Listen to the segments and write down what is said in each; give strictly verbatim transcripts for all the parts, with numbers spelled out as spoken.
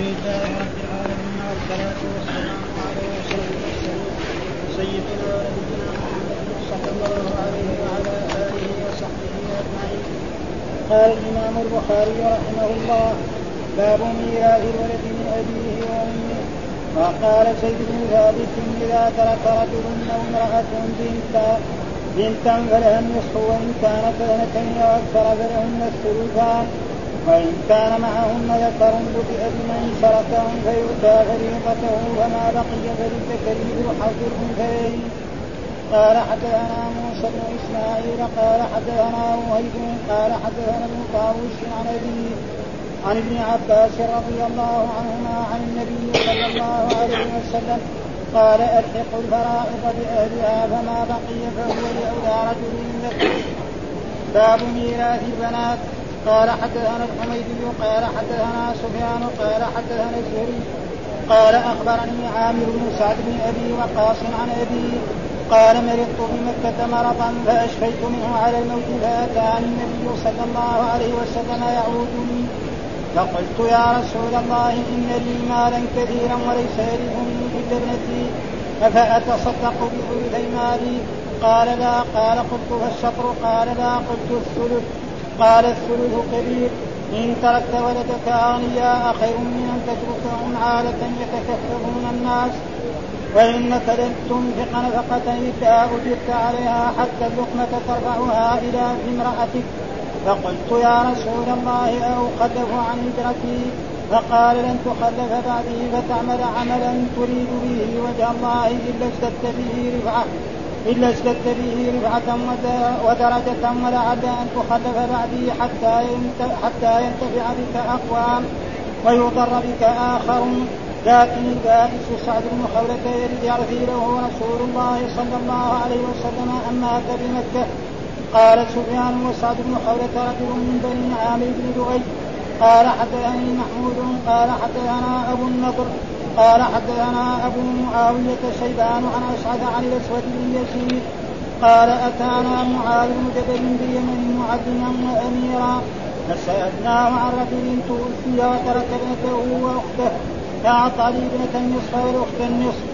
لله رب العالمين والصلاة والسلام على رسول الله سيدنا ونبينا محمد صلى الله عليه وعلى آله وصحبه أجمعين. قال الإمام البخاري رحمه الله: باب ميراث الولد من أبيه وأمه. وقال سيد بن ثابت: إذا ترك رجل أو امرأة بنتا بنتا فلها النصف، وإن كانت اثنتين وأكثر فلهن الثلثان، وإن كان معهن ذكر بدأ بميسرتهم فيؤتى فريضته، فما بقي فللذكر مثل حظ الأنثيين. قال حدثنا موسى بن إسماعيل قال حدثنا وهيب قال حدثنا ابن طاووس عن أبيه عن ابن عباس رضي الله عنهما عن النبي صلى الله عليه وسلم قال: ألحقوا الفرائض بأهلها، فما بقي فهو لأولى رجل ذكر. باب ميراث البنات. قال حدثنا الحميدي قال حدثنا سفيان قال حدثنا الزهري قال أخبرني عامر بن سعد بن أبي وقاص عن أبي قال: مرضت بمكة مرضا فأشفيت منه على الموت، فأتاني النبي صلى الله عليه وسلم يعودني، فقلت: يا رسول الله، إن لي مالا كثيرا وليس يرثني إلا ابنتي، أفأتصدق بثلثي مالي؟ قال: لا. قال: قلت: فالشطر؟ قال: لا. قلت: الثلث؟ قال: الثلث كبير. إن تركت ولدك أغنياء خير من أن تتركهم عالة يتكففون الناس، وإنك لن تنفق نفقة إلا أجرت عليها حتى اللقمة ترفعها إلى امرأتك. فقلت: يا رسول الله، أخلف عن هجرتي؟ فقال: لن تخلف بعدي فتعمل عملا تريد به وجه الله إلا ازددت به رفعة إلا ازددت به رفعة ودرجة، ولعل أن تخلف بعدي حتى حتى ينتفع بك أقوام ويضر بك آخرون. لكن البائس سعد بن خولة يرثي له رسول الله صلى الله عليه وسلم أن مات بمكة. قال سفيان: وسعد بن خولة رجل من بني عامر بن لؤي. قال حدثني محمود قال حدثنا أبو النضر قال حدثنا أبو معاوية شيبان عن أسعد عن الأسود بن يزيد قال: أتانا معاذ بن جبل باليمن معلما وأميرا، فسألناه عن رجل توفي وترك ابنته وأخته، فأعطى لي ابنة النصف والأخت النصف.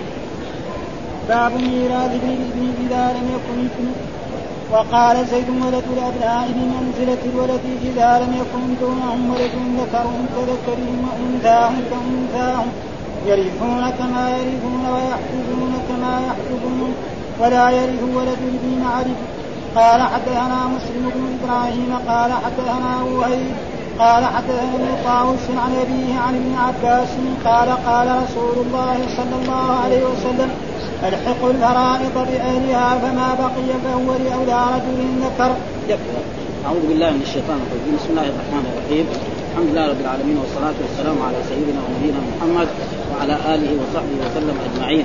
باب ميراث ابن الابن إذا لم يكن ابن. وقال زيد: ولد الأبناء بمنزلة الولد إذا لم يكن دونهم ولد ذكرهم كذكرهم وأنثاهم كأنثاهم، يرثون كما يرثون ويحجبون كما يحجبون، ولا يرث ولد الابن معرف. قال حدثنا مسلم بن إبراهيم قال حدثنا وهيب قال حدثنا ابن طاووس عن أبيه عن ابن عباس قال: قال رسول الله صلى الله عليه وسلم: الحقوا الفرائض بأهلها، فما بقي فهو لأولى رجل ذكر. أعوذ بالله من الشيطان الرجيم. بسم الله الرحمن الرحيم. الحمد لله رب العالمين، والصلاة والسلام على سيدنا ونبينا محمد وعلى آله وصحبه وسلم أجمعين.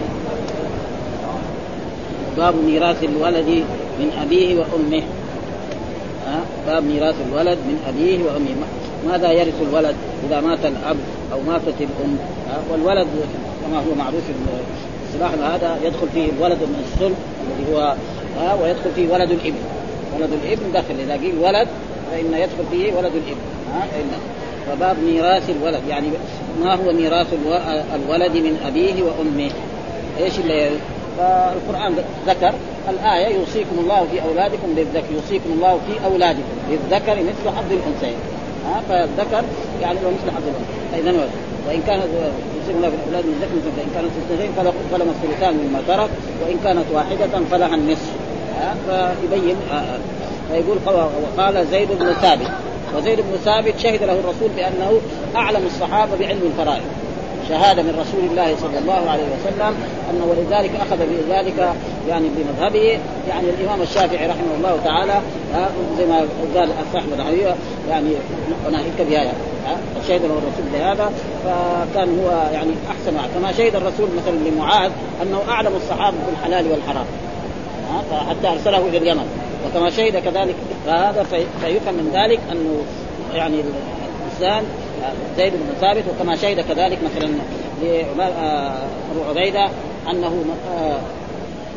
باب ميراث الولد من أبيه وأمه. باب ميراث الولد من أبيه وأمه. ماذا يرث الولد إذا مات الأب أو ماتت الأم؟ والولد كما هو معروف الصلاح هذا يدخل فيه الولد من الصلب الذي هو ها، ويدخل فيه ولد الابن. ولد الابن داخل، إذا قيل ولد فإن يدخل فيه ولد الابن. ها إلا. فباب ميراث الولد يعني ما هو ميراث الولد من أبيه وأمه؟ إيش اللي فالقرآن ذكر الآية: يوصيكم الله في أولادكم للذكر، يوصيكم الله في أولادكم للذكر مثل حظ الأنثيين. ها فالذكر يعني مثل حظ الأنثيين. فإذا وإن كانت يوصيكم الله في الأولاد من ذكر، فإن كانت اثنتين فلهما الثلثان مما ترك، وإن كانت واحدة فلها النصف. فيبين فيقول: وقال زيد بن ثابت. وزيد بن ثابت شهد له الرسول بأنه أعلم الصحابة بعلم الفرائض، شهادة من رسول الله صلى الله عليه وسلم أنه، ولذلك أخذ بذلك يعني بمذهبه. يعني الإمام الشافعي رحمه الله تعالى زي ما قال أحمد عليه يعني وناهيك بهذا، شهد له الرسول بهذا، فكان هو يعني أحسن. كما شهد الرسول مثلا لمعاذ أنه أعلم الصحابة بالحلال والحرام، حتى أرسله إلى اليمن. وكما شهد كذلك فهذا فيفهم من ذلك أنه يعني الإنسان زيد بن ثابت. وكما شهد كذلك مثلا لأبو عبيدة أنه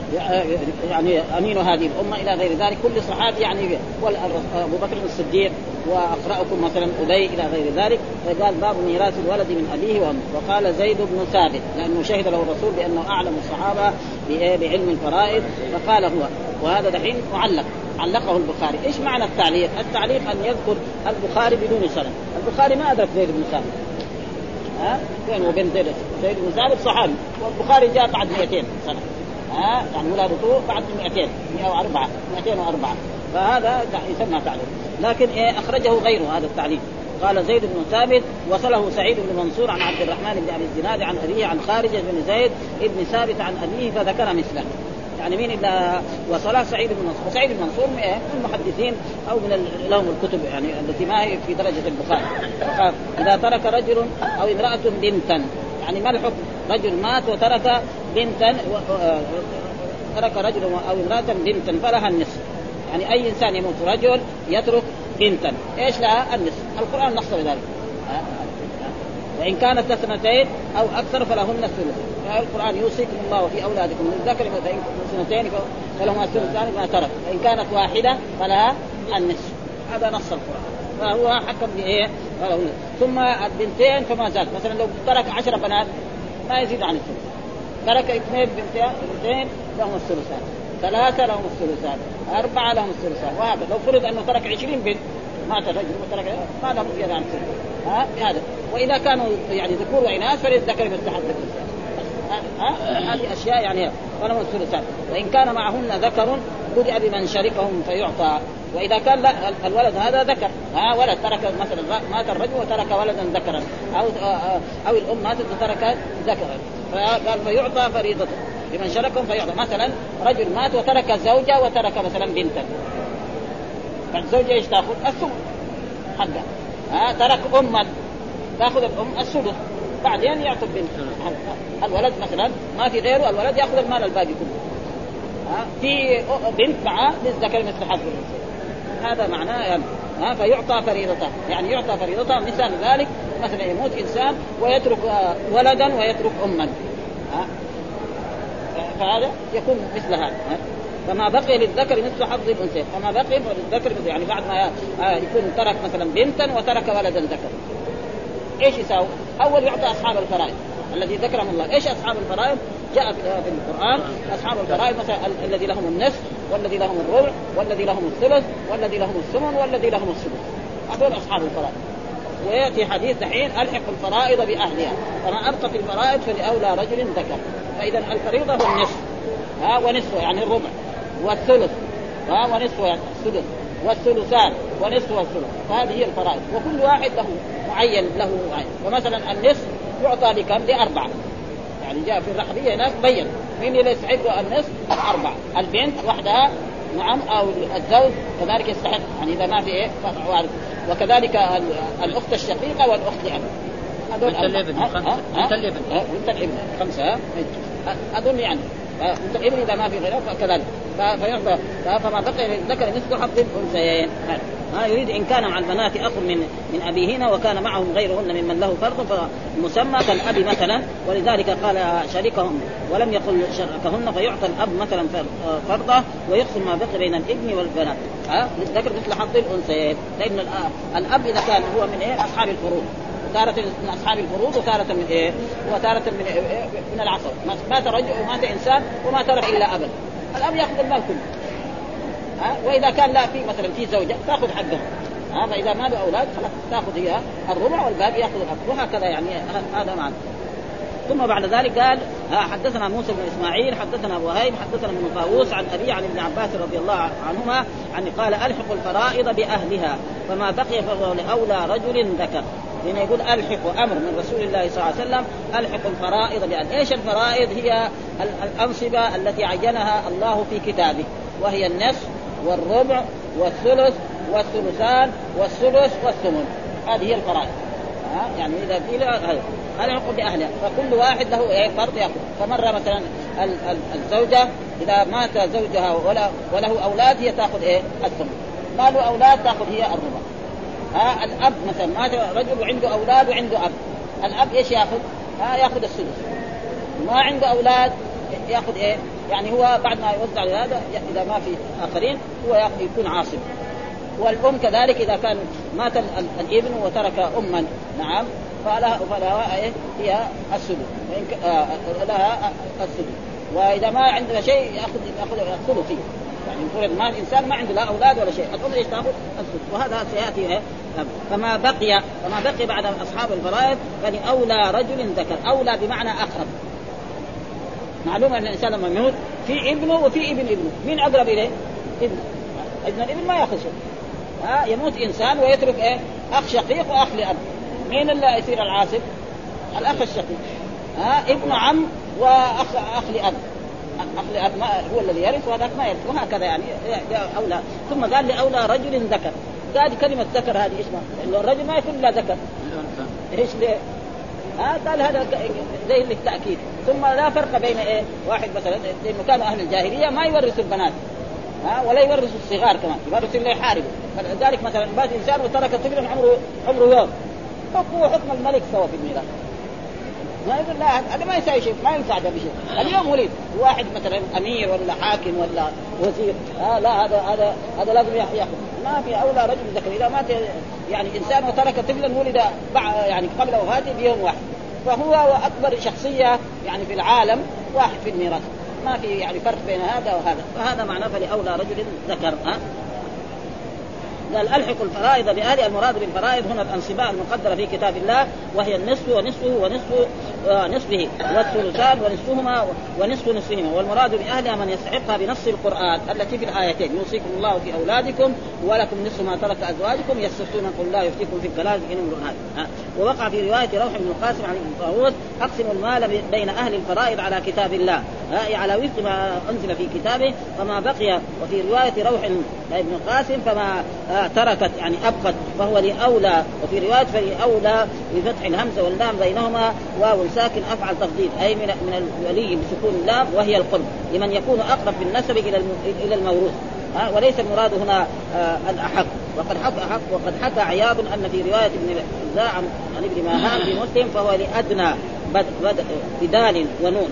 يعني أمين هذه الأمة إلى غير ذلك كل صحابي يعني أبو بكر الصديق وأقرأكم مثلا أبي إلى غير ذلك. فقال باب ميراث الولد من أبيه وأمه. وقال زيد بن ثابت لأنه شهد له الرسول بأنه أعلم الصحابة بعلم الفرائض فقال هو. وهذا دحين معلق علقه البخاري. إيش معنى التعليق؟ التعليق أن يذكر البخاري بدون سند. البخاري ما أدرك زيد بن ثابت ها بين وبين زيد زيد بن ثابت صحابي والبخاري جاء بعد مئتين سنة ها يعني ولادته بعد مئتين مئة وأربعة مئتين وأربعة فهذا يسمى تعليق. لكن إيه أخرجه غيره هذا التعليق. قال زيد بن ثابت وصله سعيد بن منصور عن عبد الرحمن بن أبي الزناد عن أبيه عن خارجة بن زيد بن ثابت عن أبيه فذكر مثله. يعني مين إلا وصله سعيد بن منصور. وسعيد بن منصور من المحدثين أو من لهم الكتب يعني التي ما هي في درجة البخاري. إذا ترك رجل أو امرأة بنتا يعني ما الحكم؟ رجل مات وترك بنتا ترك رجل أو امرأة بنتا فلها النصف. يعني أي إنسان يموت رجل يترك بنتا إيش لها النصف. القرآن نص بذلك وإن كانت اثنتين أو أكثر فلهن الثلث. القرآن يوصيكم الله في أولادكم من الذكر اثنتين فلهما الثلثان ما ترك وإن كانت واحدة فلها النصف. هذا نص القرآن فهو حكم بإيه. ثم البنتين فما زاد مثلا لو ترك عشر بنات ما يزيد عن الثلث. ترك اثنين بنتين لهم الثلثان ثلاثة لهم الثلثان أربعة لهم الثلثان وهذا. لو فرض أنه ترك عشرين بنت ما ترك وترك ما لهم زيادة عن الثلث ها بهذا. وإذا كانوا يعني ذكور وإناث فللذكر مثل حظ الأنثيين. هذه أشياء يعني فلهم الثلثان. وإن كان معهن ذكر بدأ بمن شركهم فيعطى. وإذا كان لا الولد هذا ذكر ها ولد ترك مثلا مات الرجل وترك ولدا ذكرا أو أو الأم ماتت وترك ذكرا فقال فيعطى فريضته بمن شركهم فيعطى. مثلا رجل مات وترك زوجة وترك مثلا بنتا فالزوجة ايش تأخذ؟ الثمن حقها. ها ترك أما تأخذ الأم السدس بعدين يعطي البنت. الولد مثلا ما في غيره الولد يأخذ المال الباقي كله. ها في بنت معه للذكر مثل حظ الأنثيين. هذا معناه يعني ها فيعطى فريضته يعني يعطى فريضته. مثال ذلك مثلا يموت إنسان ويترك ولدا ويترك أما ها فهذا يكون مثل هذا. فما بقي للذكر مثل حظ الأنثيين. فما بقي للذكر يعني بعد ما يكون ترك مثلا بنتا وترك ولدا ذكر ايش يساوي؟ اول يعطى اصحاب الفرائض الذي ذكرهم الله. ايش اصحاب الفرائض؟ جاء في القرآن اصحاب الفرائض مثلا الذي لهم النصف والذي لهم الربع والذي لهم الثلث والذي لهم الثمن والذي لهم السدس. هذول اصحاب الفرائض. وياتي حديث دحين الحق الفرائض باهلها فما ابقت الفرائض فلاولى رجل ذكر. فاذا الفريضه هو النصف ها ونصفه يعني الربع والثلث ها ونصفه يعني السدس والثلثان ونصف والثلث. فهذه هي الفرائض وكل واحد له معين له معين. ومثلا النصف يعطى لكم لأربعة يعني جاء في الرحبية هناك بين مين اللي يستحق النصف؟ أربعة. البنت وحدها نعم أو الزوج كذلك يستحق يعني إذا ما في إيه وارث. وكذلك الأخت الشقيقة والأخت لأب هذول الابن خمسة بنت الابن بنت الابن خمسة هذول يعني بنت الابن إذا ما في غيره فكذلك فيعطى. فما بقي للذكر مثل حظ الأنثيين. ما يريد إن كان مع البنات أخ من من أبيهن وكان معهم غيرهن ممن له فرض فمسمى كالأب مثلا. ولذلك قال شريكهم ولم يقل شركهن فيعطى الأب مثلا فرضه ويقسم ما بقي بين الابن والبنات ها للذكر مثل حظ الأنثيين. لأن الأب إذا كان هو من إيه أصحاب الفروض تارة من أصحاب الفروض وتارة من إيه وتارة من إيه من العصر. مات رجل ومات إنسان وما ترك إلا أبد الأب يأخذ المال كله. ها وإذا كان لا في مثلا في زوجة تأخذ حقها ها فإذا ما له أولاد خلاص تأخذ هي الربع والباقي يأخذ الأب وهكذا يعني هذا معنى. ثم بعد ذلك قال حدثنا موسى بن إسماعيل حدثنا وهيب حدثنا ابن طاووس عن أبي عن ابن عباس رضي الله عنهما عن قال ألحق الفرائض بأهلها فما بقي فهو لأولى رجل ذكر. هنا يقول ألحق أمر من رسول الله صلى الله عليه وسلم ألحق الفرائض بأهل. إيش الفرائض؟ هي الأنصبة التي عينها الله في كتابه وهي النصف والربع والثلث والثلثان والثلث والثمن. هذه هي الفرائض يعني إذا في هذا ألحق بأهلها فكل واحد له إيه فرض يأخذ. فمرة مثلا الزوجة إذا مات زوجها ولا وله أولاد هي تأخذ إيه الثمن. ما له أولاد تأخذ هي الربع. ها الأب مثلا مات رجل وعنده أولاد وعنده أب الأب إيش يأخذ؟ ها يأخذ السدس. ما عنده أولاد يأخذ إيه يعني هو بعد ما يوزع هذا إذا ما في آخرين هو يكون عاصب. والأم كذلك إذا كان مات الابن وترك أما نعم فلها فلها هي السدس لها السدس. وإذا ما عندها شيء يأخذ يأخذ يأخذ فيه يعني يقول ما الإنسان ما عنده لا أولاد ولا شيء الأم إيش تأخذ السدس. وهذا سيأتي. فما بقي فما بقي بعد أصحاب الفرائض فلأولى رجل ذكر. أولى بمعنى أقرب. معلوم أن الإنسان لما يموت في ابنه وفي ابن ابنه مين أقرب إليه؟ ابن. ابن الابن ما يأخذ شيء. ها يموت إنسان ويترك إيه أخ شقيق وأخ لأب مين اللي يصير العاصب؟ الأخ الشقيق. ها ابن عم وأخ أخ لأب أخ لأب ما هو الذي يرث وهذاك ما يرث وهكذا يعني أولى. ثم قال لأولى رجل ذكر. قال كلمة ذكر هذه اسمها إنه الرجل ما يكون لا ذكر إيش ليه؟ ها قال هذا زي للتأكيد. ثم لا فرق بين إيه واحد مثلا لأنه كانوا أهل الجاهلية ما يورثوا البنات ها ولا يورثوا الصغار كمان يورثوا اللي يحاربوا. فلذلك مثلا بعد إنسان وترك طفلا عمره عمره يوم فهو حكم الملك سوى في الميراث. ما يقول لا هذا ما يساوي شيء ما ينفع ده بشيء. اليوم ولد واحد مثلا أمير ولا حاكم ولا وزير ها لا هذا هذا هذا لازم يأخذ. ما في أولى رجل ذكر. إذا مات يعني إنسان وترك طفلا ولد يعني قبل وفاته بيوم واحد فهو أكبر شخصية يعني في العالم واحد في الميراث. ما في يعني فرق بين هذا وهذا. فهذا معناه فلأولى رجل ذكر. ها قال ألحق الفرائض بأهل. المراد بالفرائض هنا الأنصباء المقدرة في كتاب الله وهي النصف ونصفه ونصف نصفه والثلثان ونصفهما ونصف نصفهما. والمراد بأهلها من يستحقها بنص القرآن التي في الآيتين يوصيكم الله في أولادكم ولكم نصف ما ترك أزواجكم يستفتون قل الله يفتيكم في الكلام إن امرؤ هذا. ووقع في رواية روح بن القاسم عن ابن طاووس أقسم المال بين أهل الفرائض على كتاب الله على وفق ما أنزل في كتابه فما بقي. وفي رواية روح ابن القاسم فما تركت يعني أبقت فهو لأولى. وفي رواية فلأولى بفتح الهمزة واللام بينهما واو ساكن أفعل تفضيل أي من من الولي بسكون اللام وهي القرب لمن يكون أقرب بالنسب إلى إلى الموروث. ها وليس المراد هنا آه الأحق. وقد حكى أحق وقد حكى عياض أن في رواية ابن الزاع عن ابن ماهان في مسلم فهو لأدنى بد بد بدال ونون.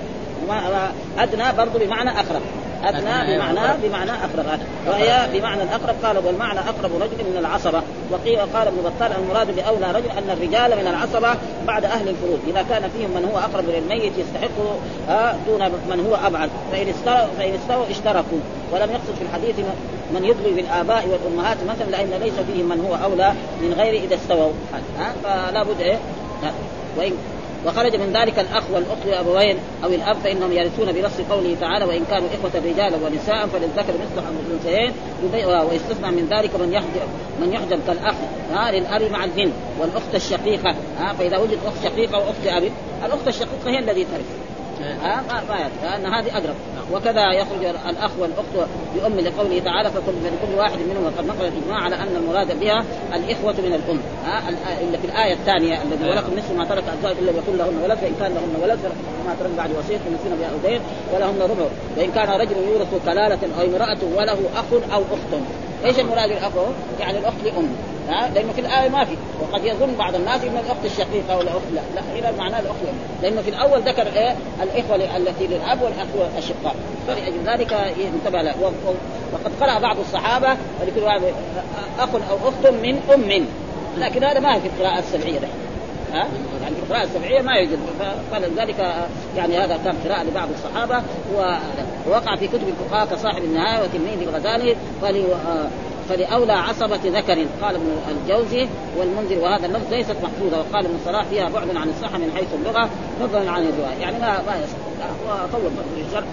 أدنى برضو بمعنى أقرب. أدنى بمعنى بمعنى أقرب وهي بمعنى الأقرب. قال والمعنى أقرب رجل من العصبة. وقيل قال ابن بطال المراد بأولى رجل أن الرجال من العصبة بعد أهل الفروض إذا كان فيهم من هو أقرب للميت يستحقه دون من هو أبعد فإن استووا فإن استووا اشتركوا. ولم يقصد في الحديث من يضوي بالآباء والأمهات مثلا لأن ليس فيهم من هو أولى من غير إذا استووا. فلا بد إيه وإن وخرج من ذلك الأخ والأخت وأبوين أو الأب فإنهم يرثون بنص قوله تعالى وإن كانوا إخوة رجالا ونساء فللذكر مثل حظ الأنثيين. ويستثنى من ذلك من يحجب من يحجب كالأخ للأب مع البنت والأخت الشقيقة. فإذا وجد أخت شقيقة وأخت أب الأخت الشقيقة هي الذي ترث ها ما ما لأن هذه أقرب. وكذا يخرج الأخ والأخت بأم لقوله تعالى فكل من كل واحد منهم. وقد نقل الإجماع على أن المراد بها الإخوة من الأم ها إلا في الآية الثانية الذي ولكم نصف ما ترك أزواج إلا يكون لهن ولد فإن كان لهن ولد فما ترك بعد وصية يوصين بها أو دين ولهن ربع وإن كان رجل يورث كلالة أو امرأة وله أخ أو أخت. إيش المراد بالأخ؟ يعني الأخت لأم ها لأنه في الآية ما في. وقد يظن بعض الناس إن الأخت الشقيقة ولا أخت لا لا هنا معناه الأخت لأنه في الأول ذكر إيه الإخوة التي للأب والأخوة الشقاء فلأجل ذلك ينتبه له. وقد قرأ بعض الصحابة ولكل واحد أخ أو أخت من أم لكن هذا ما هي في القراءة السبعية ده. ها يعني في القراءة السبعية ما يوجد. فلذلك يعني هذا كان قراءة لبعض الصحابة ووقع في كتب الفقهاء كصاحب النهاية وتلميذ الغزالي فلي فلأولى عصبة ذكر. قال ابن الجوزي والمنذر وهذا اللفظ ليست محفوظة. وقال ابن صلاح فيها بعد عن الصحة من حيث اللغة فضلا عن الرواية يعني ما ما وطول الشرع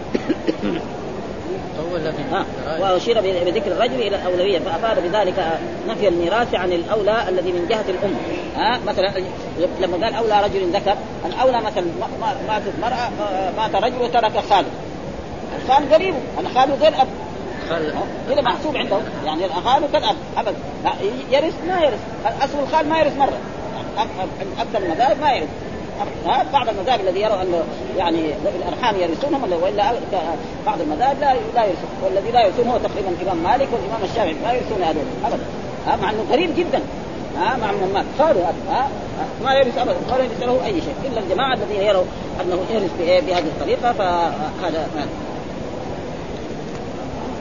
وأشير بذكر الرجل إلى الأولوية فأفاد بذلك نفي الميراث عن الأولى الذي من جهة الأم. ها مثلا لما قال أولى رجل ذكر الأولى مثلا ماتت مرأة مات رجل وترك خاله الخال قريب الخال غير أب هذا محسوب عنده يعني الأخال كالأب أبدا يرث ما يرث أصل الخال ما يرث مرة أكثر المذاهب ما يرث. ها بعض المذاهب الذي يروا أنه يعني الأرحام يرثونهم وإلا بعض المذاهب لا لا يرثون والذي لا يرثون هو تقريبا الإمام مالك والإمام الشافعي ما يرثون هذول أبدا. ها مع أنه قريب جدا ها مع من مات خاله ها ما يرث أبدا ولا يرث له أي شيء إلا الجماعة الذين يروا أنه يرث بهذه الطريقة فهذا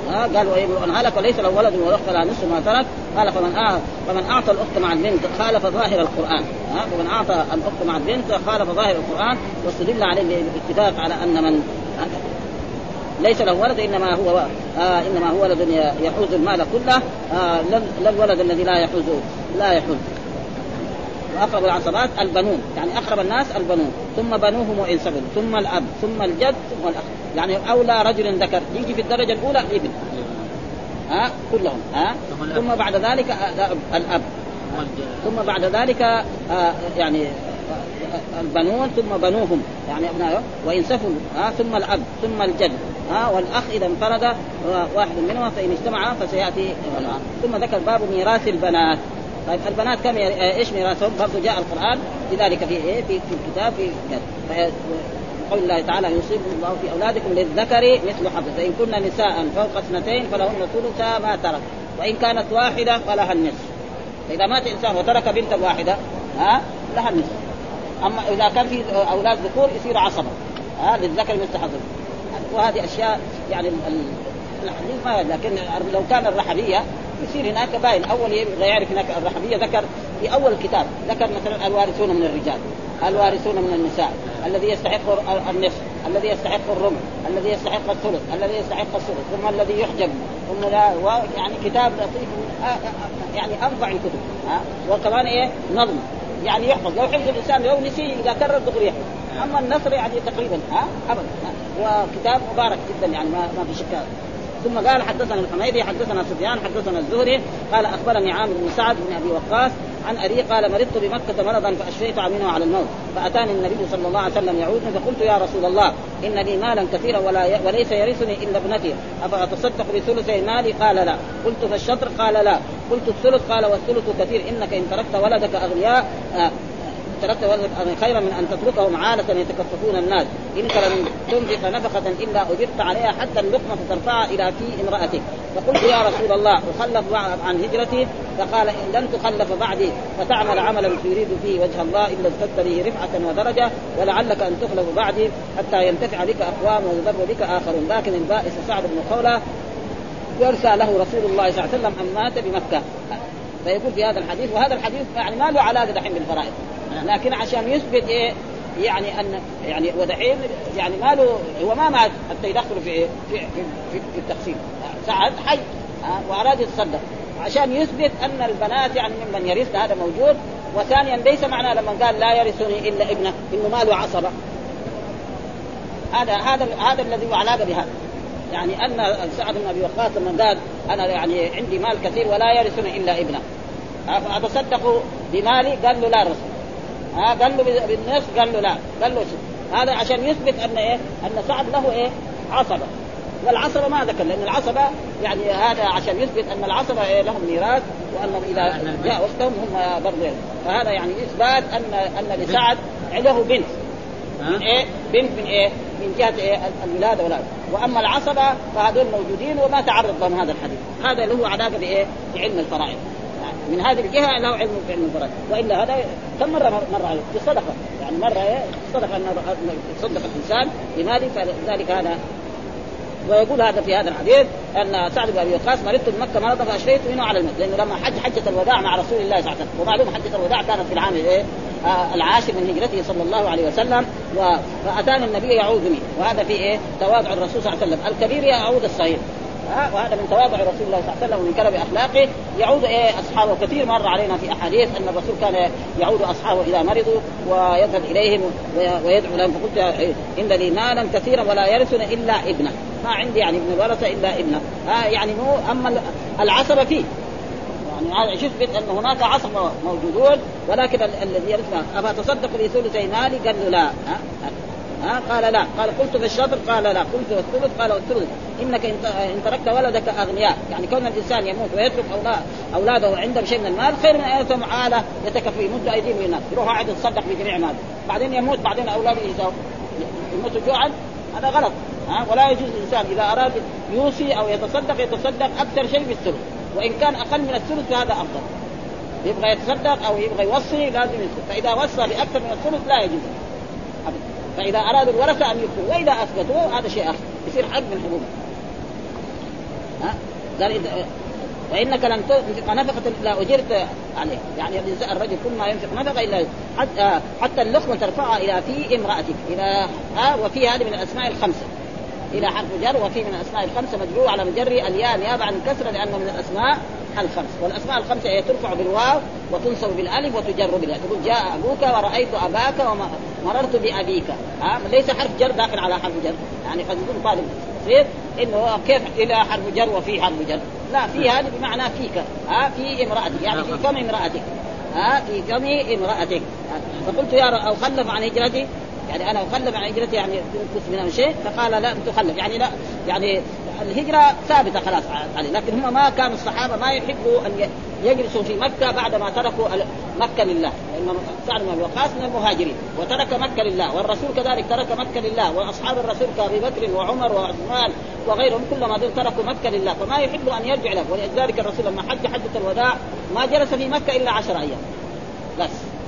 ها قال وإن هلك وليس له ولد والأخت لها نصف ما ترك قال فمن آه فمن أعطى الأخت مع البنت خالف ظاهر القرآن ها فمن أعطى الأخت مع البنت خالف ظاهر القرآن واستدل عليه بالاتفاق على أن من ليس له ولد إنما هو آه إنما هو ولد يحوز المال كله آه لا الولد الذي لا يحوز لا يحوز. وأقرب العصبات البنون يعني أقرب الناس البنون ثم بنوهم وإن سبوا ثم الأب ثم الجد ثم الأخ يعني أولى رجل ذكر يجي في الدرجة الأولى ابن ها كلهم ها ثم بعد ذلك الأب ثم بعد ذلك آه يعني البنون ثم بنوهم يعني أبنائهم وإن سفوا ها ثم الأب ثم الجد ها والأخ إذا انفرد واحد منهم فإن اجتمع فسيأتي ثم ذكر باب ميراث البنات. طيب البنات كم ايش ميراثهم؟ برضو جاء القرآن لذلك في ايه في, في الكتاب في قول الله تعالى يصيبكم الله في اولادكم للذكر مثل حظ فإن كن نساء فوق اثنتين فلهن ثلثا ما ترك وإن كانت واحدة فلها النصف. إذا مات إنسان وترك بنتا واحدة ها لها النصف. أما إذا كان في أولاد ذكور يصير عصبة ها للذكر مثل حظ. وهذه أشياء يعني الحديث ما لكن لو كان الرحبية يصير هناك باين أول يبغى يعرف هناك الرحبية ذكر في أول الكتاب ذكر مثلا الوارثون من الرجال الوارثون من النساء الذي يستحق النصف الذي يستحق الربع الذي يستحق الثلث الذي يستحق الثلث ثم الذي يحجب ثم لا يعني كتاب لطيف يعني أنفع الكتب ها وكمان إيه نظم يعني يحفظ لو حفظ الإنسان لو نسي إذا كرر دغري يحفظ. أما النصر يعني تقريبا ها أبدا وكتاب مبارك جدا يعني ما ما في شك. ثم قال حدثنا الحميدي حدثنا سفيان حدثنا الزهري قال أخبرني عامر بن سعد بن أبي وقاص عن أبي قال مرضت بمكة مرضا فأشفيت منه على الموت فأتاني النبي صلى الله عليه وسلم يعودني فقلت يا رسول الله إن لي مالا كثيرا ولا ي... وليس يرثني إلا ابنتي أفأتصدق بثلثي مالي قال لا قلت فالشطر قال لا قلت الثلث قال والثلث كثير إنك إن تركت ولدك أغنياء آه تركت ولدك خيرا من أن تتركه عالة يتكففون الناس إنك لن تنفق نفقة إلا أجرت عليها حتى اللقمة ترفع إلى في امرأتك فقلت يا رسول الله أخلف عن هجرتي فقال إن لم تخلف بعدي فتعمل عملا تريد فيه وجه الله إلا ازددت به رفعة ودرجة ولعلك أن تخلف بعدي حتى ينتفع بك أقوام ويضر بك آخرون لكن البائس سعد بن خولة يرسى له رسول الله صلى الله عليه وسلم أن مات بمكة. فيقول في هذا الحديث وهذا الحديث يعني ما له علاقة دحين بالفرائض لكن عشان يثبت إيه يعني أن يعني ودحين يعني ما له هو ما مات حتى يدخل في إيه في في, في التقسيم سعد حي وأراد يتصدق عشان يثبت أن البنات يعني ممن يرث هذا موجود. وثانيا ليس معناه لما قال لا يرثني إلا ابنه إنه ما له عصبة هذا هذا هذا الذي له علاقة بهذا يعني أن سعد بن أبي وقاص لما قال أنا يعني عندي مال كثير ولا يرثني إلا ابنه فأتصدقوا بمالي قال له لا رسول ها قال له بالنصف قال له لا قال له شو هذا عشان يثبت أن إيه أن سعد له إيه عصبة والعصبة ما ذكر لأن العصبة يعني هذا عشان يثبت أن العصبة إيه لهم ميراث وأنهم إذا جاء وقتهم هم برضه فهذا يعني إثبات أن أن لسعد عنده بنت من إيه بنت من إيه من جهة إيه الولادة ولا وأما العصبة فهذول موجودين وما تعرض لهم هذا الحديث هذا له علاقة بإيه بعلم الفرائض من هذه الجهة له علم في علم الفرائض وإلا هذا كم مرة مرة عليه في الصدقة يعني مرة إيه الصدقة أن يصدق الإنسان بماله فذلك هذا. ويقول هذا في هذا الحديث أن سعد بن أبي وقاص مرضت بمكة مرضا فأشفيت منه على الموت لأنه لما حج حجة الوداع مع رسول الله صلى الله عليه وسلم ومعلوم حجة الوداع كانت في العام إيه آه العاشر من هجرته صلى الله عليه وسلم فأتاني النبي يعودني وهذا في إيه تواضع الرسول صلى الله عليه وسلم الكبير يعود الصغير آه وهذا من تواضع رسول الله صلى الله عليه وسلم ومن كرم أخلاقه يعود إيه أصحابه. كثير مر علينا في أحاديث أن الرسول كان يعود أصحابه إذا مرضوا ويذهب إليهم ويدعو لهم فقلت إن لي مالا كثيرا ولا يرثنا إلا ابنه ما عندي يعني ابن الورثة إلا ابنه آه يعني مو أما العصبة فيه يعني هذا يثبت أن هناك عصبة موجودون ولكن الذي يرثنا أفا تصدق بثلثي مالي قال له لا ها ها قال لا قال قلت في الشطر قال لا قلت والثلث قال والثلث إنك إن تركت ولدك أغنياء يعني كون الإنسان يموت ويترك أولاد أولاده عندهم شيء من المال خير من أن يرثهم عالة يتكفي يمد أيديهم من الناس يروح قاعد يتصدق بجميع ماله بعدين يموت بعدين أولاده يموتوا جوعا هذا غلط ها ولا يجوز الإنسان إذا أراد يوصي أو يتصدق يتصدق أكثر شيء بالثلث وإن كان أقل من الثلث فهذا أفضل. يبغى يتصدق أو يبغى يوصي لازم يصدق فإذا وصى بأكثر من الثلث لا يجوز أبدا. فإذا أرادوا الورثة أن يكفوا وإذا أثبتوا هذا شيء آخر يصير حق من حقوقه. ها قال إذا فإنك لن تنفق نفقة إلا أجرت عليه، يعني الرجل كل ما ينفق نفقة إلا حتى حتى اللقمة ترفعها إلى في امرأتك إلى ها. وفي هذه من الأسماء الخمسة إلى حرف جر، وفي من الأسماء الخمسة مجرور على مجر الياء نيابة عن الكسرة لأنه من الأسماء الخمس. والأسماء الخمسة هي ترفع بالواو وتنصب بالألف وتجر بالياء. تقول جاء أبوك ورأيت أباك ومررت بأبيك، ها ليس حرف جر داخل على حرف جر. يعني قد يكون طالب تصير إنه كيف إلى حرف جر وفي حرف جر، لا في هذه بمعنى فيك، ها في امرأتك يعني في فم امرأتك، ها في فم امرأتك. فقلت يا أو خلف عن هجرتي، يعني أنا أخلف عن هجرتي يعني تنقص منها شيء، فقال لا تخلف يعني لا يعني الهجرة ثابتة خلاص عليه. لكن هم ما كانوا الصحابة ما يحبوا أن يجلسوا في مكة بعد ما تركوا مكة لله، لأن سعد بن أبي وقاص من المهاجرين وترك مكة لله، والرسول كذلك ترك مكة لله، وأصحاب الرسول كأبي بكر وعمر وعثمان وغيرهم كلهم دول تركوا مكة لله، فما يحبوا أن يرجع له. ولذلك الرسول لما حج حجة الوداع ما جلس في مكة إلا عشر أيام بس،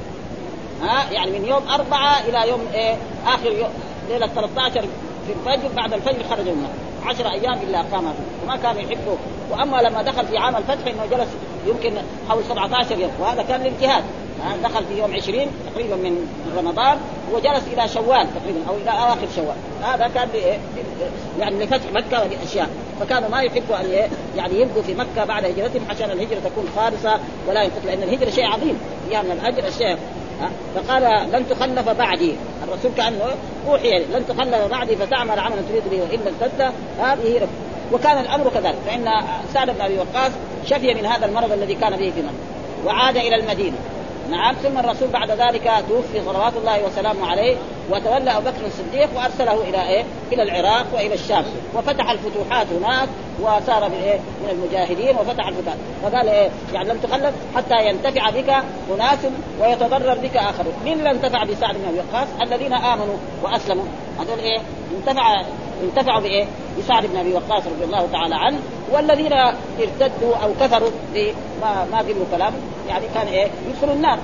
ها يعني من يوم أربعة إلى يوم إيه آخر يوم ليلة ثلاثة عشر في الفجر، بعد الفجر خرج منه عشر أيام إلا أقامها فيه، وما كان يحبه. وأما لما دخل في عام الفتح إنه جلس يمكن حول سبعة عشر يوم، وهذا كان للجهاد، دخل في يوم عشرين تقريبا من رمضان وجلس إلى شوال تقريبا أو إلى آخر شوال، هذا كان يعني لفتح مكة ولأشياء. فكانوا ما يحبوا أن يعني يبقوا في مكة بعد هجرتهم عشان الهجرة تكون خالصة ولا ينقطع، لأن الهجرة شيء عظيم فيها من الأجر الشيء. فقال لن تخلف بعدي، الرسول كأنه أوحي لن تخلف بعدي فتعمل عملا تريد به وإلا الفتة هذه رب. وكان الأمر كذلك، فإن سعد بن أبي وقاص شفي من هذا المرض الذي كان به في مكة وعاد إلى المدينة. نعم. ثم الرسول بعد ذلك توفي صلوات الله وسلامه عليه، وتولى أبو بكر الصديق وأرسله إلى إيه؟ إلى العراق وإلى الشام، وفتح الفتوحات هناك وصار من إيه؟ من المجاهدين وفتح الفتوحات. فقال إيه؟ يعني لم تخلف حتى ينتفع بك أناس ويتضرر بك آخرون. من لم ينتفع بسعد بن أبي وقاص؟ الذين آمنوا وأسلموا، هذول إيه؟ انتفع انتفعوا بإيه؟ بسعد بن أبي وقاص رضي الله تعالى عنه. والذين ارتدوا أو كفروا ما ما قبلوا كلامه يعني كان إيه؟ يدخلوا النار.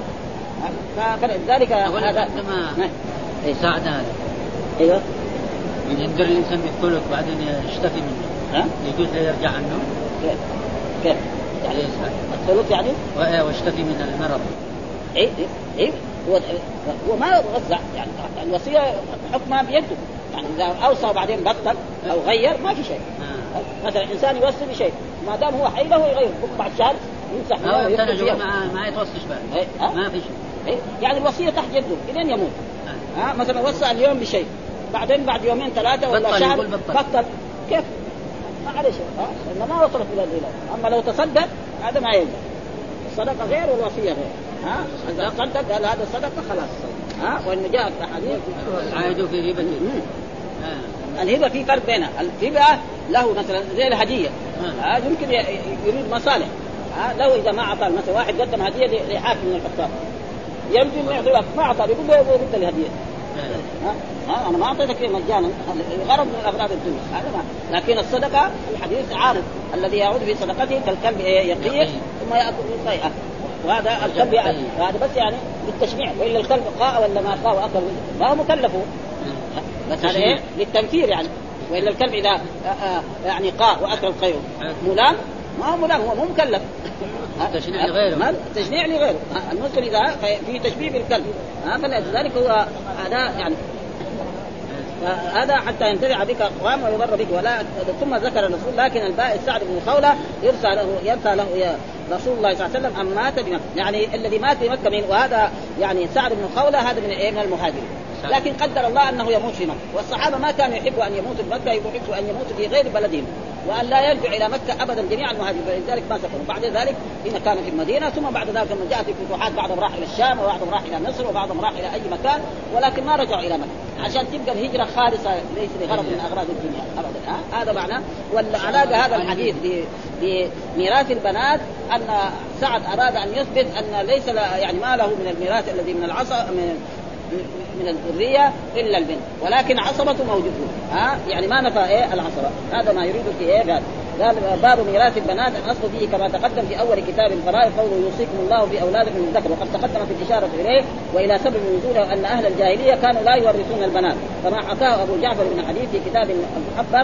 فلذلك هذا اي ساعد هذا ايوه يقدر الانسان بالثلث بعدين يشتكي منه، ها يجوز له يرجع عنه كيف كيف يعني الثلث يعني وايه واشتكي من المرض. اي اي اي هو هو ما وزع يعني الوصيه حكمها بيده، يعني اذا اوصى بعدين بطل او غير ما في شيء. آه. مثلا انسان يوصي بشيء ما دام هو حي له يغير بعد شهر يمسح له ما ما يتوصيش بقى أه؟ ما في شيء. إيه؟ يعني الوصية تحت يده إلين يموت. آه. ها مثلا وصى اليوم بشيء بعدين بعد يومين ثلاثة ولا شهر بطل. بطل كيف؟ ما عليه شيء. ها إنه ما وصلت إلى الإله. أما لو تصدق هذا ما ينفع. الصدقة غير والوصية غير. ها إذا صدق قال هذا الصدقة خلاص. ها وإنه جاء في حديث عايدوا في هبة. آه. الهبة في فرق بينها. الهبة له مثلا زي الهدية. ها آه. يمكن يريد مصالح. ها لو إذا ما أعطى مثلا واحد قدم هدية لحاكم من الحكام يمكن ما يعطي ما أعطى يقول له يرد الهدية. ها ها أنا ما أعطيتك مجانا غرض من أغراض الدنيا هذا ما. لكن الصدقة الحديث عارض الذي يعود في صدقته كالكلب يقيه ثم يأكل من قيئه، وهذا الكلب يعني هذا بس يعني للتشميع، وإلا الكلب قاء ولا ما قاء وأكل ما هو مكلف بس هذا إيه للتنفير يعني. وإلا الكلب إذا يعني قاء وأكل قيئه ملام ما هو ملام هو مو مكلف. تشنيع لغيره تشنيع لغيره. المسلم إذا في تشبيه بالكلب فلذلك هو هذا يعني هذا حتى ينتفع بك أقوام ويضر بك. ولا ثم ذكر الرسول لكن البائس سعد بن خولة يرسى له يرسى له يا رسول الله صلى الله عليه وسلم أم مات بمكة، يعني الذي مات بمكة من وهذا يعني سعد بن خولة هذا من من المهاجرين، لكن قدر الله أنه يموت في مكة. والصحابة ما كانوا يحبوا أن يموتوا في مكة، يحبوا أن يموتوا في غير بلدهم وأن لا يرجع إلى مكة أبدا جميع المهاجرين، فلذلك ما سكنوا. بعد ذلك إن كانوا في المدينة، ثم بعد ذلك لما جاءت الفتوحات بعضهم راح إلى الشام وبعضهم راح إلى مصر وبعضهم راح إلى أي مكان، ولكن ما رجعوا إلى مكة عشان تبقى الهجرة خالصة ليس لغرض من أغراض الدنيا أبدا. ها؟ هذا معناه. والعلاقة هذا الحديث بميراث البنات أن سعد أراد أن يثبت أن ليس يعني ما له من الميراث الذي من العصا من من الذرية إلا البنت، ولكن عصبته موجودة. ها يعني ما نفى إيه العصبة، هذا ما يريد في إيه هذا. قال باب ميراث البنات الأصل فيه كما تقدم في أول كتاب الفرائض قوله يوصيكم الله في أولادكم للذكر، وقد تقدمت الإشارة إليه وإلى سبب نزوله أن أهل الجاهلية كانوا لا يورثون البنات كما حكاه أبو جعفر بن حديث في كتاب المحبب،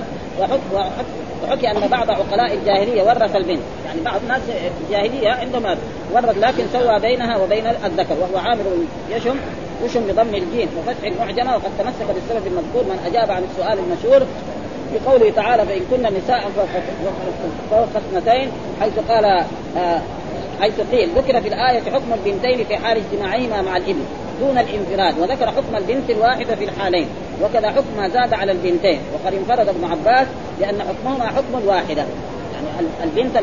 وحكي أن بعض عقلاء الجاهلية ورث البنت، يعني بعض الناس الجاهلية عندما ورث لكن سوى بينها وبين الذكر، وهو عامر يشم يشم بضم الجيم وفتح المعجمة، وقد تمسك بالسبب المذكور من أجاب عن السؤال المشهور في قوله تعالى فإن كن نساء فوق اثنتين، حيث قال آه حيث قيل ذكر في الآية حكم البنتين في حال اجتماعهما مع الابن دون الانفراد، وذكر حكم البنت الواحدة في الحالين، وكذا حكم ما زاد على البنتين، وقد انفرد ابن عباس لأن حكمهما حكم واحدة، يعني البنت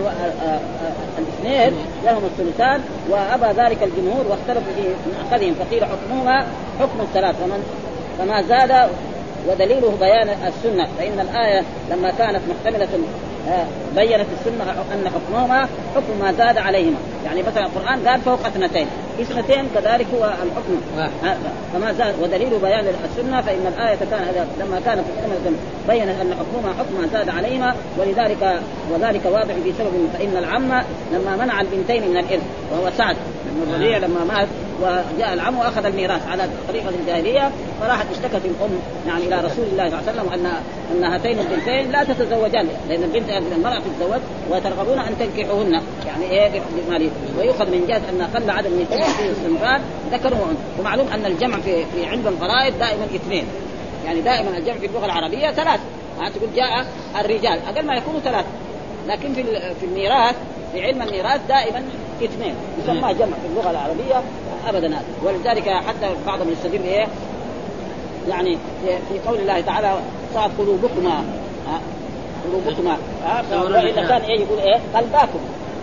الاثنين لهم الثلثان، وأبى ذلك الجمهور واختلفوا في أخذهم فقيل حكمهما حكم الثلاث، فما زاد ودليله بيان السنة، فإن الآية لما كانت محتملة بيّنت السنة أن حكمهما حكم ما زاد عليهما، يعني مثلا القرآن قال فوق اثنتين اثنتين كذلك هو الحكم فما زاد، ودليل بيان السنة فإن الآية كان لما كانت محتملة بيّنت أن حكمهما حكم ما زاد عليهما، ولذلك وذلك واضح في سبب، فإن العم لما منع البنتين من الإرث وهو سعد بن الربيع لما مات وجاء العم وأخذ الميراث على طريقة الجاهلية، فراحت اشتكت الأم يعني إلى رسول الله صلى الله عليه وسلم أن أن هاتين البنتين لا تتزوجان، لأن البنت المرأة تتزوج وترغبون أن تنكحوهن يعني إيه بمالي، ويؤخذ من جهة أن أقل عدد من في الصنفان ذكر وأنثى، ومعلوم أن الجمع في في علم الفرائض دائما اثنين، يعني دائما الجمع في اللغة العربية ثلاث، يعني تقول جاء الرجال أقل ما يكونوا ثلاث، لكن في في الميراث في علم الميراث دائما اثنين يسمى جمع في اللغة العربية أبدا، ولذلك حتى بعضهم يستدل إيه يعني في قول الله تعالى صعد قلوبكما قلوبكما وإذا كان إيه يقول إيه قلباكم،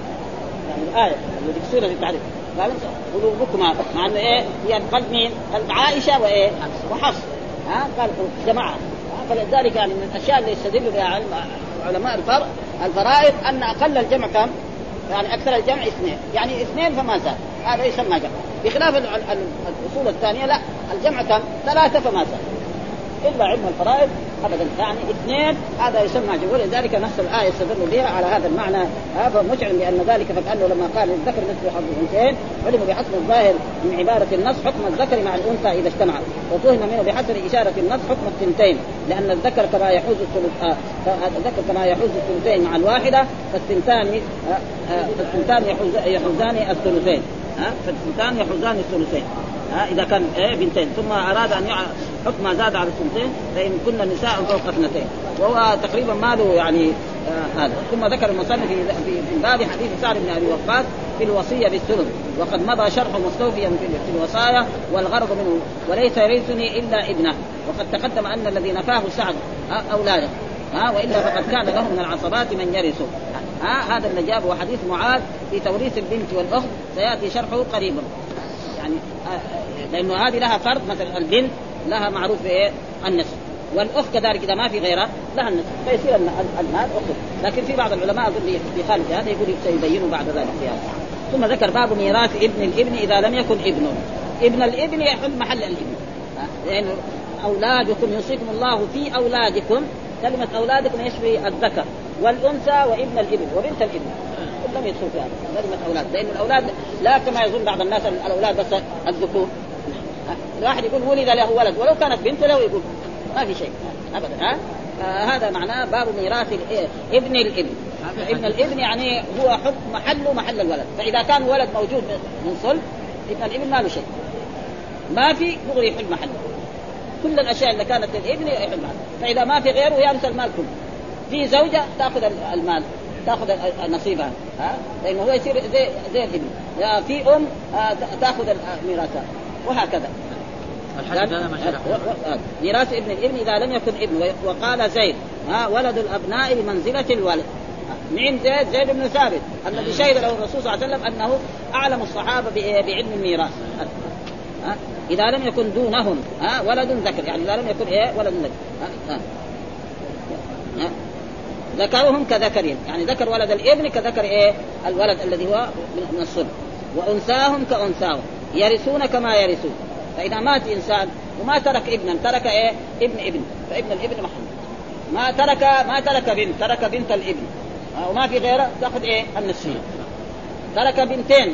يعني الآية اللي في سورة التعريف قال قلوبكما، مع إنه إيه هي القلب مين؟ قلب عائشة وإيه وحفص، ها قال جماعة، فلذلك يعني من الأشياء اللي يستدل بها علماء الفرق الفرائض أن أقل الجمع كم؟ يعني أكثر الجمع اثنين، يعني اثنين فما زاد هذا يسمى جمع، بخلاف الأصول الثانية لا الجمع كم؟ ثلاثة فما زاد، إلا علم الفرائض أبدا يعني اثنين هذا يسمى جمع، ولذلك نص الآية يستدل بها على هذا المعنى، هذا مجعل بأن ذلك فكأنه لما قال الذكر مثل حظ الأنثيين علم بحسب الظاهر من عبارة النص حكم الذكر مع الأنثى إذا اجتمع، وفهم منه بحسب إشارة النص حكم الثنتين، لأن الذكر كما يحوز الثلث الذكر كما يحوز الثلثين مع الواحدة فالثنتان فالثنتان يحوزان الثلثين، فالثنتان يحوزان الثلثين إذا كان إيه بنتين، ثم أراد أن يعرف حكم ما زاد على الثنتين فإن كنا نساء فوق اثنتين، وهو تقريبا ماله يعني آه هذا. ثم ذكر المصنف في في باب حديث سعد بن أبي وقاص في الوصية بالثلث، وقد مضى شرح مستوفيا في الوصايا، والغرض منه وليس يرثني إلا ابنه، وقد تقدم أن الذي نفاه سعد أولاده ها وإلا فقد كان له من العصبات من يرثه، ها هذا اللي جابه حديث معاذ في توريث البنت والأخت سيأتي شرحه قريبا، يعني لأنه هذه لها فرض، مثلا البنت لها معروف بإيه النصف، والأخت كذلك إذا ما في غيرها لها النصف، فيصير المال أخت، لكن في بعض العلماء أظن في خالد هذا يقول سيبينوا بعد ذلك فيها. ثم ذكر باب ميراث ابن الابن إذا لم يكن ابنه، ابن الابن يحل محل الابن، لأن يعني أولادكم يوصيكم الله في أولادكم، كلمة أولادكم يشبه الذكر والأنثى وابن الابن وبنت الابن لم يدخل فيها كلمة أولاد، لأن الأولاد لا كما يظن بعض الناس الأولاد بس الذكور، الواحد يقول ولد له ولد ولو كانت بنت له يقول ما في شيء أبدا، ها آه هذا معناه باب ميراث ابن الابن. ابن الابن يعني هو حكم محله محل الولد، فإذا كان ولد موجود من صلب ابن الابن ما له شيء، ما في دغري يحل محله، كل الأشياء اللي كانت للابن يحل محله، فإذا ما في غيره يرث المال كله، في زوجة تأخذ المال تأخذ نصيبها، ها لأنه هو يصير زي زي الابن، يا في أم تأخذ الميراثات وهكذا. ميراث ابن الابن إذا لم يكن ابن. وقال زيد ها ولد الأبناء بمنزلة الولد. مين زيد؟ زيد بن ثابت الذي شهد له الرسول صلى الله عليه وسلم أنه أعلم الصحابة بعلم الميراث. ها إذا لم يكن دونهم ها ولد ذكر، يعني إذا لم يكن إيه ولد ذكر، ها ها ذكرهم كذكرهم، يعني ذكر ولد الابن كذكر إيه الولد الذي هو من الصلب، وأنثاهم كأنثاهم يرثون كما يرثون. فإذا مات إنسان وما ترك ابنا ترك إيه ابن ابن، فابن الابن محمد. ما ترك ما ترك بنت ترك بنت الابن، وما في غيره تأخذ إيه النصفين. ترك بنتين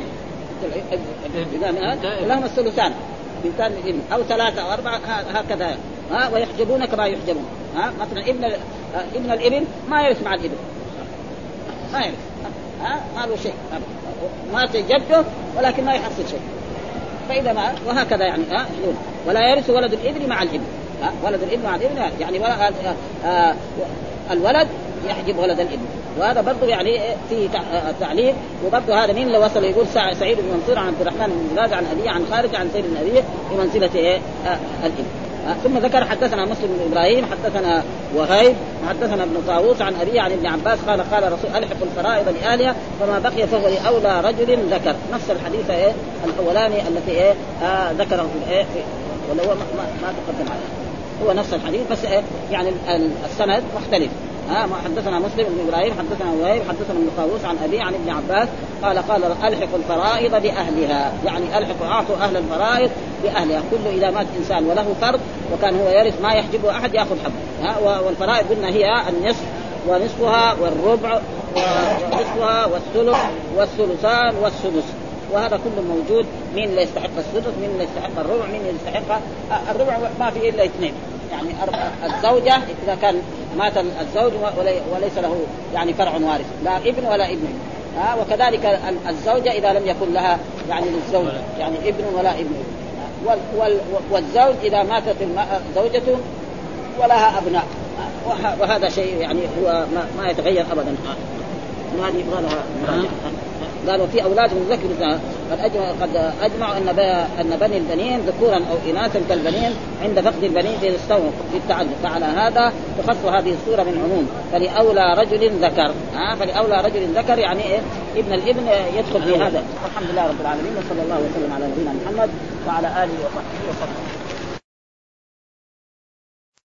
لهم الثلثان، بنتان الابن أو ثلاثة أو أربعة هكذا، ها ويحجبون كما يحجبون. ها مثلا ابن ابن الابن ما يرث مع الابن، ما يرث، ها ما له شيء، ما تجده ولكن ما يحصل شيء. فإذا ما وهكذا يعني ها ولا يرث ولد الابن مع الابن، ها ولد الابن مع الابن يعني ولا آه الولد يحجب ولد الابن. وهذا برضو يعني فيه تعليل. وبرضو هذا مين اللي وصل يقول سعيد بن منصور عن عبد الرحمن بن بلاد عن أبي عن خارج عن سيد بن أبي بمنزلة إيه آه الابن. آه ثم ذكر حدثنا مسلم بن إبراهيم حدثنا وهيب حدثنا ابن طاووس عن أبي عن ابن عباس قال قال رسول ألحق الفرائض لأهلها فما بقي فهو لأولى رجل ذكر. نفس الحديث إيه الأولاني التي إيه آه ذكره في إيه ولا هو ما, ما, ما تقدم عليه، هو نفس الحديث بس إيه يعني السند مختلف. ها آه حدثنا مسلم بن إبراهيم حدثنا وهيب حدثنا ابن طاووس عن أبي عن ابن عباس قال قال ألحق الفرائض بأهلها، يعني ألحق أعطوا أهل الفرائض بأهلها. كل إذا مات إنسان وله فرض وكان هو يرث ما يحجبه أحد يأخذ حقه. ها والفرائض قلنا هي النصف ونصفها والربع ونصفها والثلث والثلثان والسدس، وهذا كله موجود. مين اللي يستحق السدس، مين اللي يستحق الربع، مين اللي يستحق الربع؟ ما في إلا اثنين، يعني الزوجة إذا كان مات الزوج وليس له يعني فرع وارث لا ابن ولا ابن، ها وكذلك الزوجة إذا لم يكن لها يعني للزوج يعني ابن ولا ابن، والزوج إذا ماتت زوجته ولها أبناء، وهذا شيء يعني هو ما يتغير أبدا. وهذه يبغى قالوا في أولاد من ذكر قد أجمع قد أجمعوا أن أن بني البنين ذكورا أو إناثا كالبنين عند فقد البنين في الصوم في التعدد، فعلى هذا تخص هذه الصورة من عموم فلأولى رجل ذكر. ها فلأولى رجل ذكر يعني إيه ابن الابن يدخل في هذا. الحمد لله رب العالمين وصلى الله وسلم على نبينا محمد وعلى آله وصحبه وسلم.